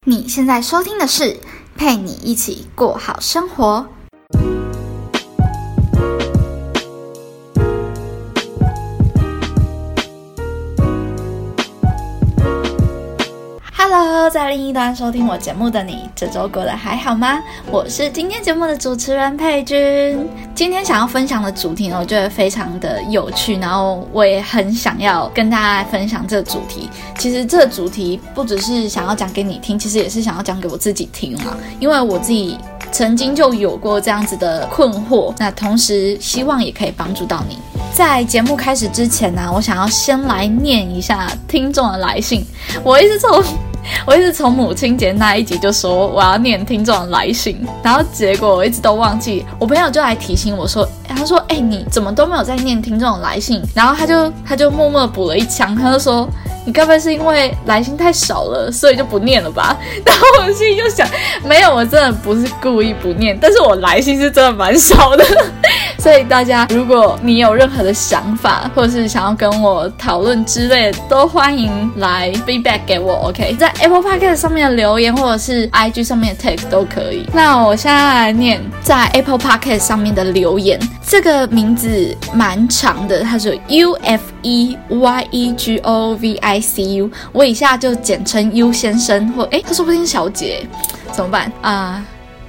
你现在收听的是陪你一起过好生活。Hello， 在另一端收听我节目的你，这周过得还好吗？我是今天节目的主持人佩君。今天想要分享的主题呢，我觉得非常的有趣，然后我也很想要跟大家分享这个主题。其实这个主题不只是想要讲给你听，其实也是想要讲给我自己听嘛，因为我自己曾经就有过这样子的困惑，那同时希望也可以帮助到你。在节目开始之前呢，我想要先来念一下听众的来信。我一直从母亲节那一集就说我要念听众的来信，然后结果我一直都忘记，我朋友就来提醒我说，他说你怎么都没有在念听众的来信，然后他就默默补了一枪，他就说你该不会是因为来信太少了所以就不念了吧？然后我心里就想，没有，我真的不是故意不念，但是我来信是真的蛮少的。所以大家如果你有任何的想法或者是想要跟我讨论之类的，都欢迎来 feedback 给我 OK， 在 Apple Podcast 上面的留言或者是 IG 上面的 text 都可以。那我现在来念在 Apple Podcast 上面的留言，这个名字蛮长的，它是 UFEYEGOVICU， 我以下就简称 U 先生，或他说不定小姐，怎么办啊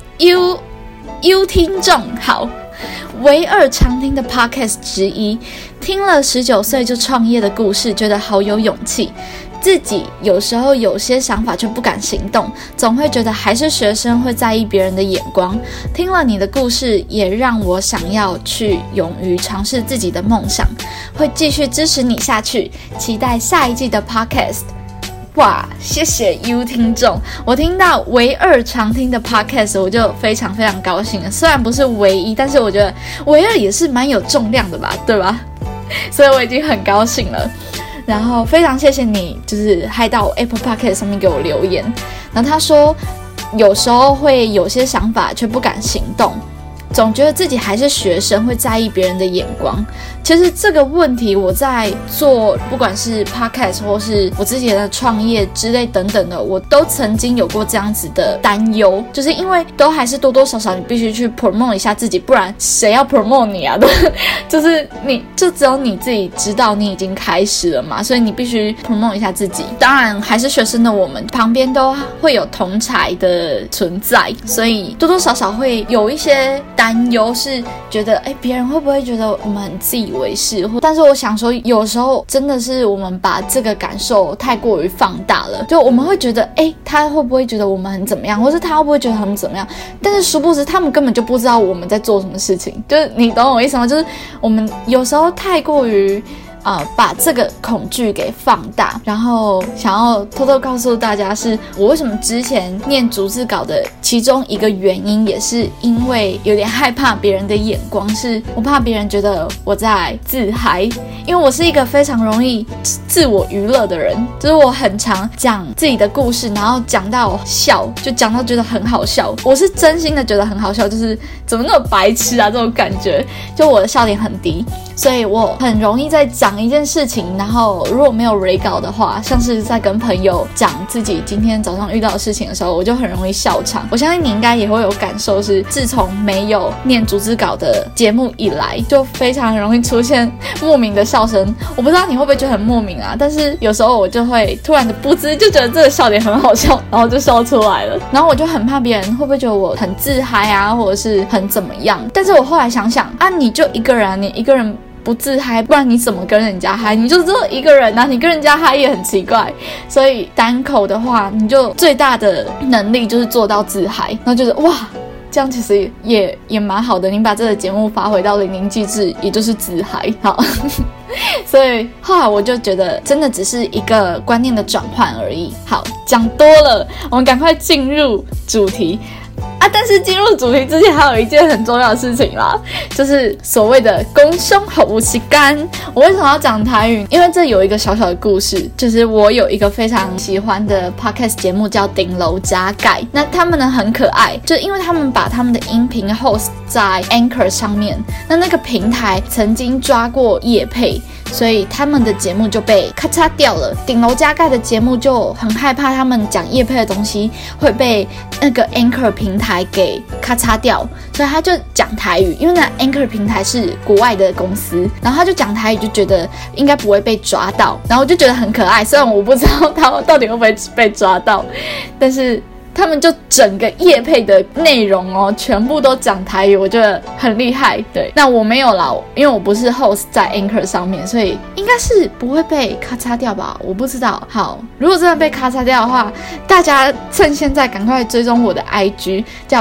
？U 听众好，唯二常听的 podcast 之一，听了19岁就创业的故事，觉得好有勇气。自己有时候有些想法却不敢行动，总会觉得还是学生，会在意别人的眼光。听了你的故事，也让我想要去勇于尝试自己的梦想，会继续支持你下去，期待下一季的 podcast。哇，谢谢 U 听众，我听到唯二常听的 podcast 我就非常非常高兴了，虽然不是唯一，但是我觉得唯二也是蛮有重量的吧，对吧？所以我已经很高兴了，然后非常谢谢你，就是还到 Apple Podcast 上面给我留言。然后他说有时候会有些想法却不敢行动，总觉得自己还是学生，会在意别人的眼光。其实这个问题我在做不管是 podcast 或是我之前的创业之类等等的，我都曾经有过这样子的担忧，就是因为都还是多多少少你必须去 promote 一下自己，不然谁要 promote 你啊？就是你就只有你自己知道你已经开始了嘛，所以你必须 promote 一下自己。当然还是学生的我们旁边都会有同侪的存在，所以多多少少会有一些担忧，是觉得别人会不会觉得我们很自以为是，但是我想说有时候真的是我们把这个感受太过于放大了，就我们会觉得他会不会觉得我们很怎么样，或是他会不会觉得他们怎么样，但是殊不知他们根本就不知道我们在做什么事情，就是你懂我意思吗？就是我们有时候太过于把这个恐惧给放大，然后想要偷偷告诉大家，是我为什么之前念逐字稿的其中一个原因，也是因为有点害怕别人的眼光，是我怕别人觉得我在自嗨，因为我是一个非常容易自我娱乐的人，就是我很常讲自己的故事，然后讲到笑，就讲到觉得很好笑，我是真心的觉得很好笑，就是怎么那么白痴啊这种感觉，就我的笑点很低，所以我很容易在讲一件事情，然后如果没有 re 稿的话，像是在跟朋友讲自己今天早上遇到的事情的时候，我就很容易笑场。我相信你应该也会有感受，是自从没有念逐字稿的节目以来，就非常容易出现莫名的笑声。我不知道你会不会觉得很莫名啊，但是有时候我就会突然的不知就觉得这个笑点很好笑，然后就笑出来了。然后我就很怕别人会不会觉得我很自嗨啊，或者是很怎么样。但是我后来想想啊，你就一个人，你一个人不自嗨，不然你怎么跟人家嗨？你就只有一个人啊，你跟人家嗨也很奇怪。所以单口的话，你就最大的能力就是做到自嗨，然后就是哇，这样其实也蛮好的。你把这个节目发挥到淋漓尽致，也就是自嗨。好，所以后来我就觉得，真的只是一个观念的转换而已。好，讲多了，我们赶快进入主题。但是进入主题之前还有一件很重要的事情啦，就是所谓的公胸好时间。我为什么要讲台语？因为这有一个小小的故事，就是我有一个非常喜欢的 podcast 节目叫顶楼加盖，那他们呢很可爱，就因为他们把他们的音频 host 在 Anchor 上面，那个平台曾经抓过业配， 所以他们的节目就被咔嚓掉了。顶楼加盖的节目就很害怕他们讲业配的东西会被那个 Anchor 平台给咔嚓掉，所以他就讲台语，因为那 Anchor 平台是国外的公司，然后他就讲台语，就觉得应该不会被抓到，然后我就觉得很可爱，虽然我不知道他到底会不会被抓到，但是他们就整个业配的内容全部都讲台语，我觉得很厉害。对，那我没有啦，因为我不是 host 在 Anchor 上面，所以应该是不会被咔嚓掉吧，我不知道。好，如果真的被咔嚓掉的话，大家趁现在赶快追踪我的 IG 叫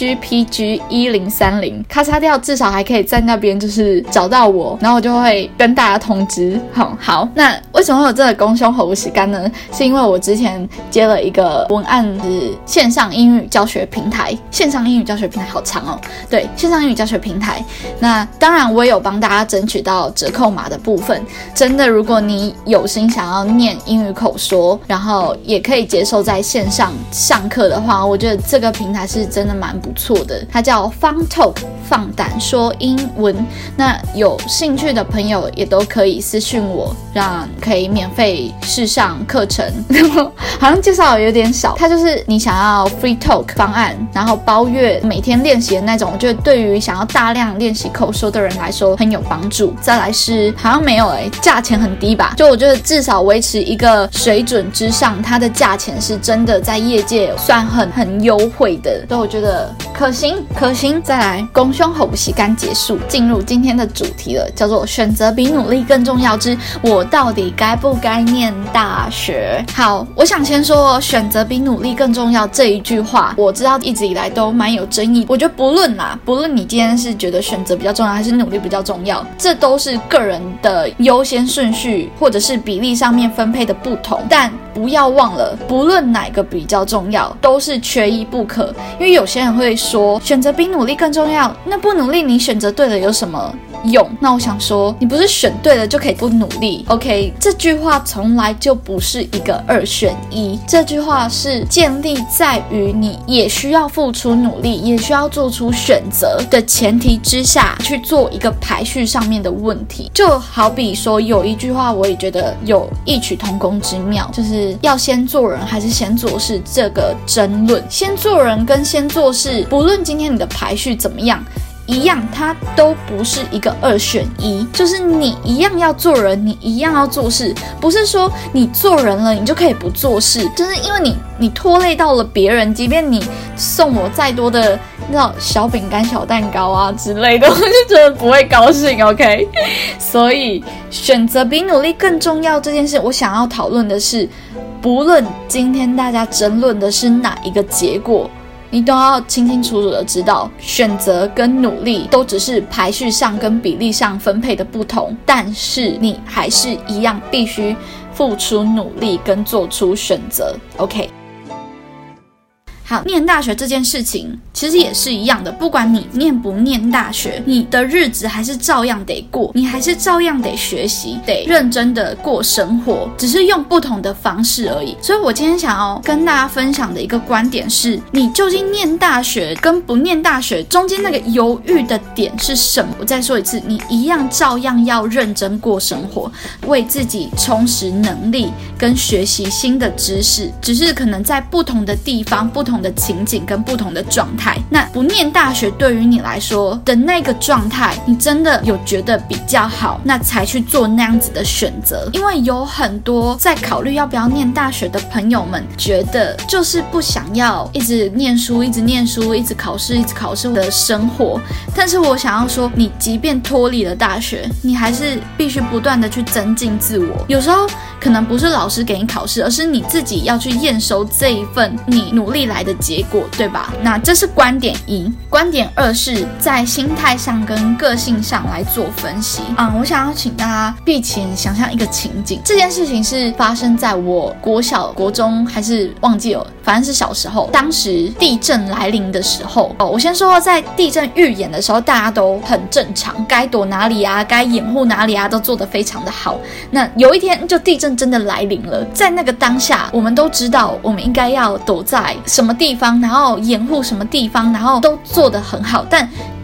PGPG1030，咔嚓掉至少还可以在那边就是找到我，然后我就会跟大家通知。好，那为什么会有这个公胸猴洗干呢？是因为我之前接了一个文案是线上英语教学平台，线上英语教学平台好长对，线上英语教学平台。那当然我也有帮大家争取到折扣码的部分，真的如果你有心想要念英语口说，然后也可以接受在线上上课的话，我觉得这个平台是真的蛮不错的，它叫 Fun Talk， 放胆说英文。那有兴趣的朋友也都可以私讯我，让可以免费试上课程好像介绍有点少，它就是你想要 free talk 方案，然后包月每天练习的那种，我觉得对于想要大量练习口说的人来说很有帮助。再来是好像没有价钱很低吧，就我觉得至少维持一个水准之上，它的价钱是真的在业界算很优惠的，所以我觉得可行。再来公胸吼不洗干结束，进入今天的主题了，叫做选择比努力更重要之我到底该不该念大学。好，我想先说选择比努力更重要这一句话，我知道一直以来都蛮有争议。我觉得不论你今天是觉得选择比较重要还是努力比较重要，这都是个人的优先顺序或者是比例上面分配的不同，但不要忘了不论哪个比较重要都是缺一不可。因为有些人会说选择比努力更重要，那不努力你选择对了有什么用？那我想说你不是选对了就可以不努力 OK， 这句话从来就不是一个二选一，这句话是建立在于你也需要付出努力，也需要做出选择的前提之下去做一个排序上面的问题。就好比说有一句话我也觉得有异曲同工之妙，就是要先做人还是先做事这个争论。先做人跟先做事，不论今天你的排序怎么样一样，它都不是一个二选一，就是你一样要做人，你一样要做事，不是说你做人了你就可以不做事，就是因为你拖累到了别人，即便你送我再多的那种小饼干小蛋糕啊之类的，我就觉得不会高兴 OK。 所以选择比努力更重要这件事，我想要讨论的是，不论今天大家争论的是哪一个结果，你都要清清楚楚的知道，选择跟努力都只是排序上跟比例上分配的不同，但是你还是一样必须付出努力跟做出选择 OK。好，念大学这件事情其实也是一样的，不管你念不念大学，你的日子还是照样得过，你还是照样得学习，得认真的过生活，只是用不同的方式而已。所以我今天想要跟大家分享的一个观点是，你究竟念大学跟不念大学中间那个犹豫的点是什么？我再说一次，你一样照样要认真过生活，为自己充实能力跟学习新的知识，只是可能在不同的地方、不同的情景跟不同的状态。那不念大学对于你来说的那个状态，你真的有觉得比较好，那才去做那样子的选择。因为有很多在考虑要不要念大学的朋友们，觉得就是不想要一直念书、一直念书、一直考试、一直考试的生活。但是我想要说，你即便脱离了大学，你还是必须不断的去增进自我。有时候可能不是老师给你考试，而是你自己要去验收这一份你努力来的结果，对吧？那这是观点一。观点二是在心态上跟个性上来做分析。我想要请大家闭起眼想象一个情景，这件事情是发生在我国小、国中还是忘记了，反正是小时候。当时地震来临的时候，我先说在地震预演的时候，大家都很正常，该躲哪里啊，该掩护哪里啊，都做得非常的好。那有一天就地震真的来临了，在那个当下，我们都知道我们应该要躲在什么地方，然后掩护什么地方，然后都做得很好。但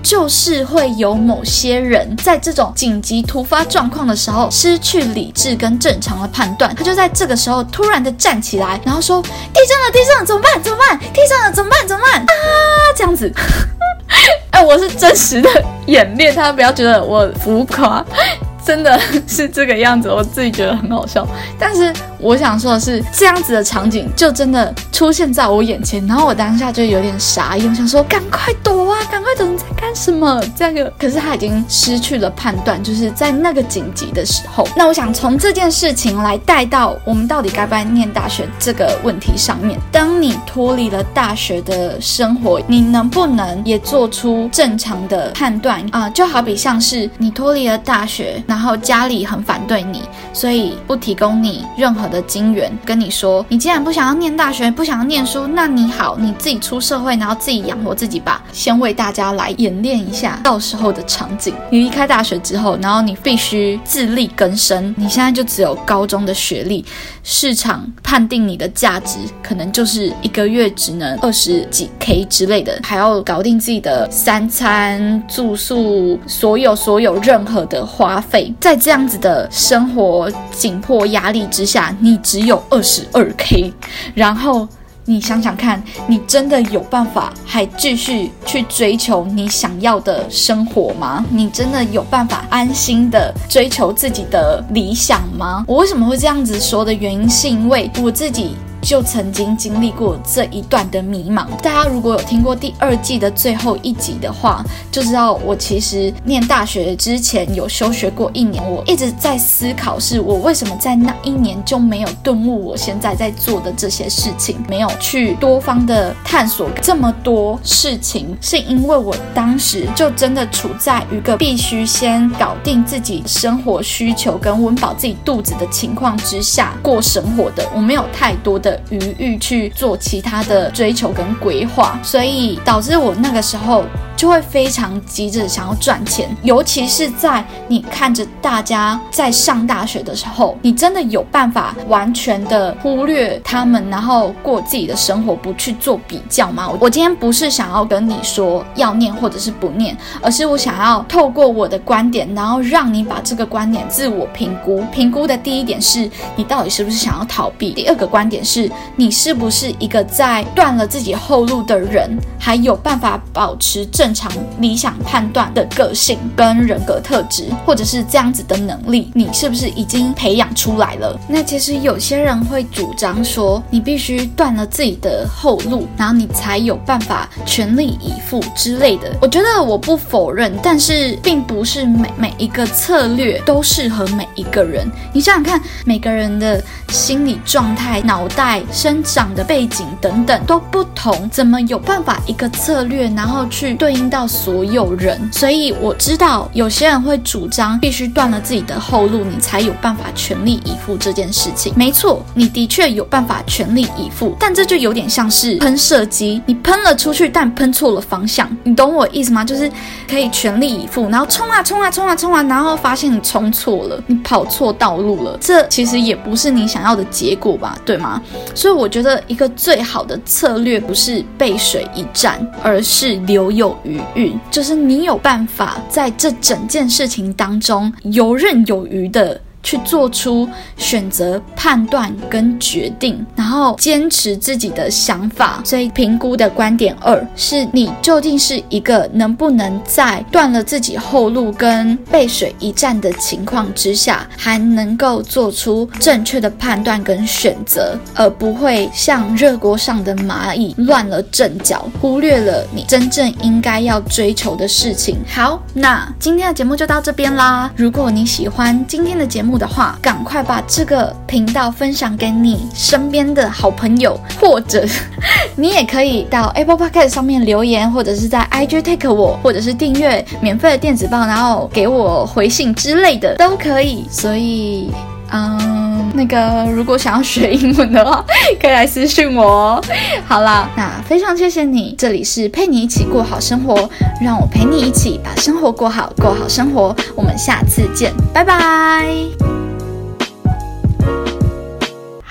就是会有某些人在这种紧急突发状况的时候失去理智跟正常的判断，他就在这个时候突然的站起来，然后说地震了怎么办怎么办，地震了怎么办怎么办啊，这样子我是真实的演练，大家不要觉得我浮夸，真的是这个样子，我自己觉得很好笑。但是我想说的是，这样子的场景就真的出现在我眼前，然后我当下就有点傻眼，想说赶快躲啊，赶快躲，你在干什么？这个可是他已经失去了判断，就是在那个紧急的时候。那我想从这件事情来带到我们到底该不该念大学这个问题上面。当你脱离了大学的生活，你能不能也做出正常的判断就好比像是你脱离了大学，然后家里很反对你，所以不提供你任何的金援，跟你说你既然不想要念大学，不想要念书，那你好，你自己出社会，然后自己养活自己吧。先为大家来演练一下到时候的场景。你离开大学之后，然后你必须自力更生，你现在就只有高中的学历，市场判定你的价值可能就是一个月只能20几 K 之类的，还要搞定自己的三餐住宿，所有任何的花费。在这样子的生活紧迫压力之下，你只有22K， 然后你想想看，你真的有办法还继续去追求你想要的生活吗？你真的有办法安心的追求自己的理想吗？我为什么会这样子说的原因，是因为我自己就曾经经历过这一段的迷茫。大家如果有听过第2季的最后一集的话，就知道我其实念大学之前有休学过1年，我一直在思考，是我为什么在那1年就没有顿悟我现在在做的这些事情，没有去多方的探索这么多事情，是因为我当时就真的处在一个必须先搞定自己生活需求跟温饱自己肚子的情况之下过生活的，我没有太多的余裕去做其他的追求跟规划，所以导致我那个时候就会非常急着想要赚钱。尤其是在你看着大家在上大学的时候，你真的有办法完全的忽略他们，然后过自己的生活，不去做比较吗？我今天不是想要跟你说要念或者是不念，而是我想要透过我的观点，然后让你把这个观点自我评估。评估的第一点是你到底是不是想要逃避，第二个观点是你是不是一个在断了自己后路的人，还有办法保持正常理想判断的个性跟人格特质，或者是这样子的能力，你是不是已经培养出来了？那其实有些人会主张说，你必须断了自己的后路，然后你才有办法全力以赴之类的。我觉得我不否认，但是并不是每一个策略都适合每一个人。你想想看，每个人的心理状态、脑袋生长的背景等等都不同，怎么有办法一个策略然后去对应到所有人？所以我知道有些人会主张必须断了自己的后路，你才有办法全力以赴这件事情。没错，你的确有办法全力以赴，但这就有点像是喷射机，你喷了出去，但喷错了方向。你懂我意思吗？就是可以全力以赴，然后冲啊冲啊冲啊冲啊，然后发现你冲错了，你跑错道路了，这其实也不是你想要的结果吧，对吗？所以我觉得一个最好的策略不是背水一战，而是留有余韵，就是你有办法在这整件事情当中游刃有余的去做出选择、判断跟决定，然后坚持自己的想法。所以评估的观点2是你究竟是一个能不能在断了自己后路跟背水一战的情况之下，还能够做出正确的判断跟选择，而不会像热锅上的蚂蚁乱了阵脚，忽略了你真正应该要追求的事情。好，那今天的节目就到这边啦。如果你喜欢今天的节目的话，赶快把这个频道分享给你身边的好朋友，或者你也可以到 Apple Podcast 上面留言，或者是在 IG tag 我，或者是订阅免费的电子报，然后给我回信之类的都可以。所以如果想要学英文的话，可以来私讯我哦。好啦，那非常谢谢你，这里是陪你一起过好生活，让我陪你一起把生活过好，过好生活。我们下次见，拜拜。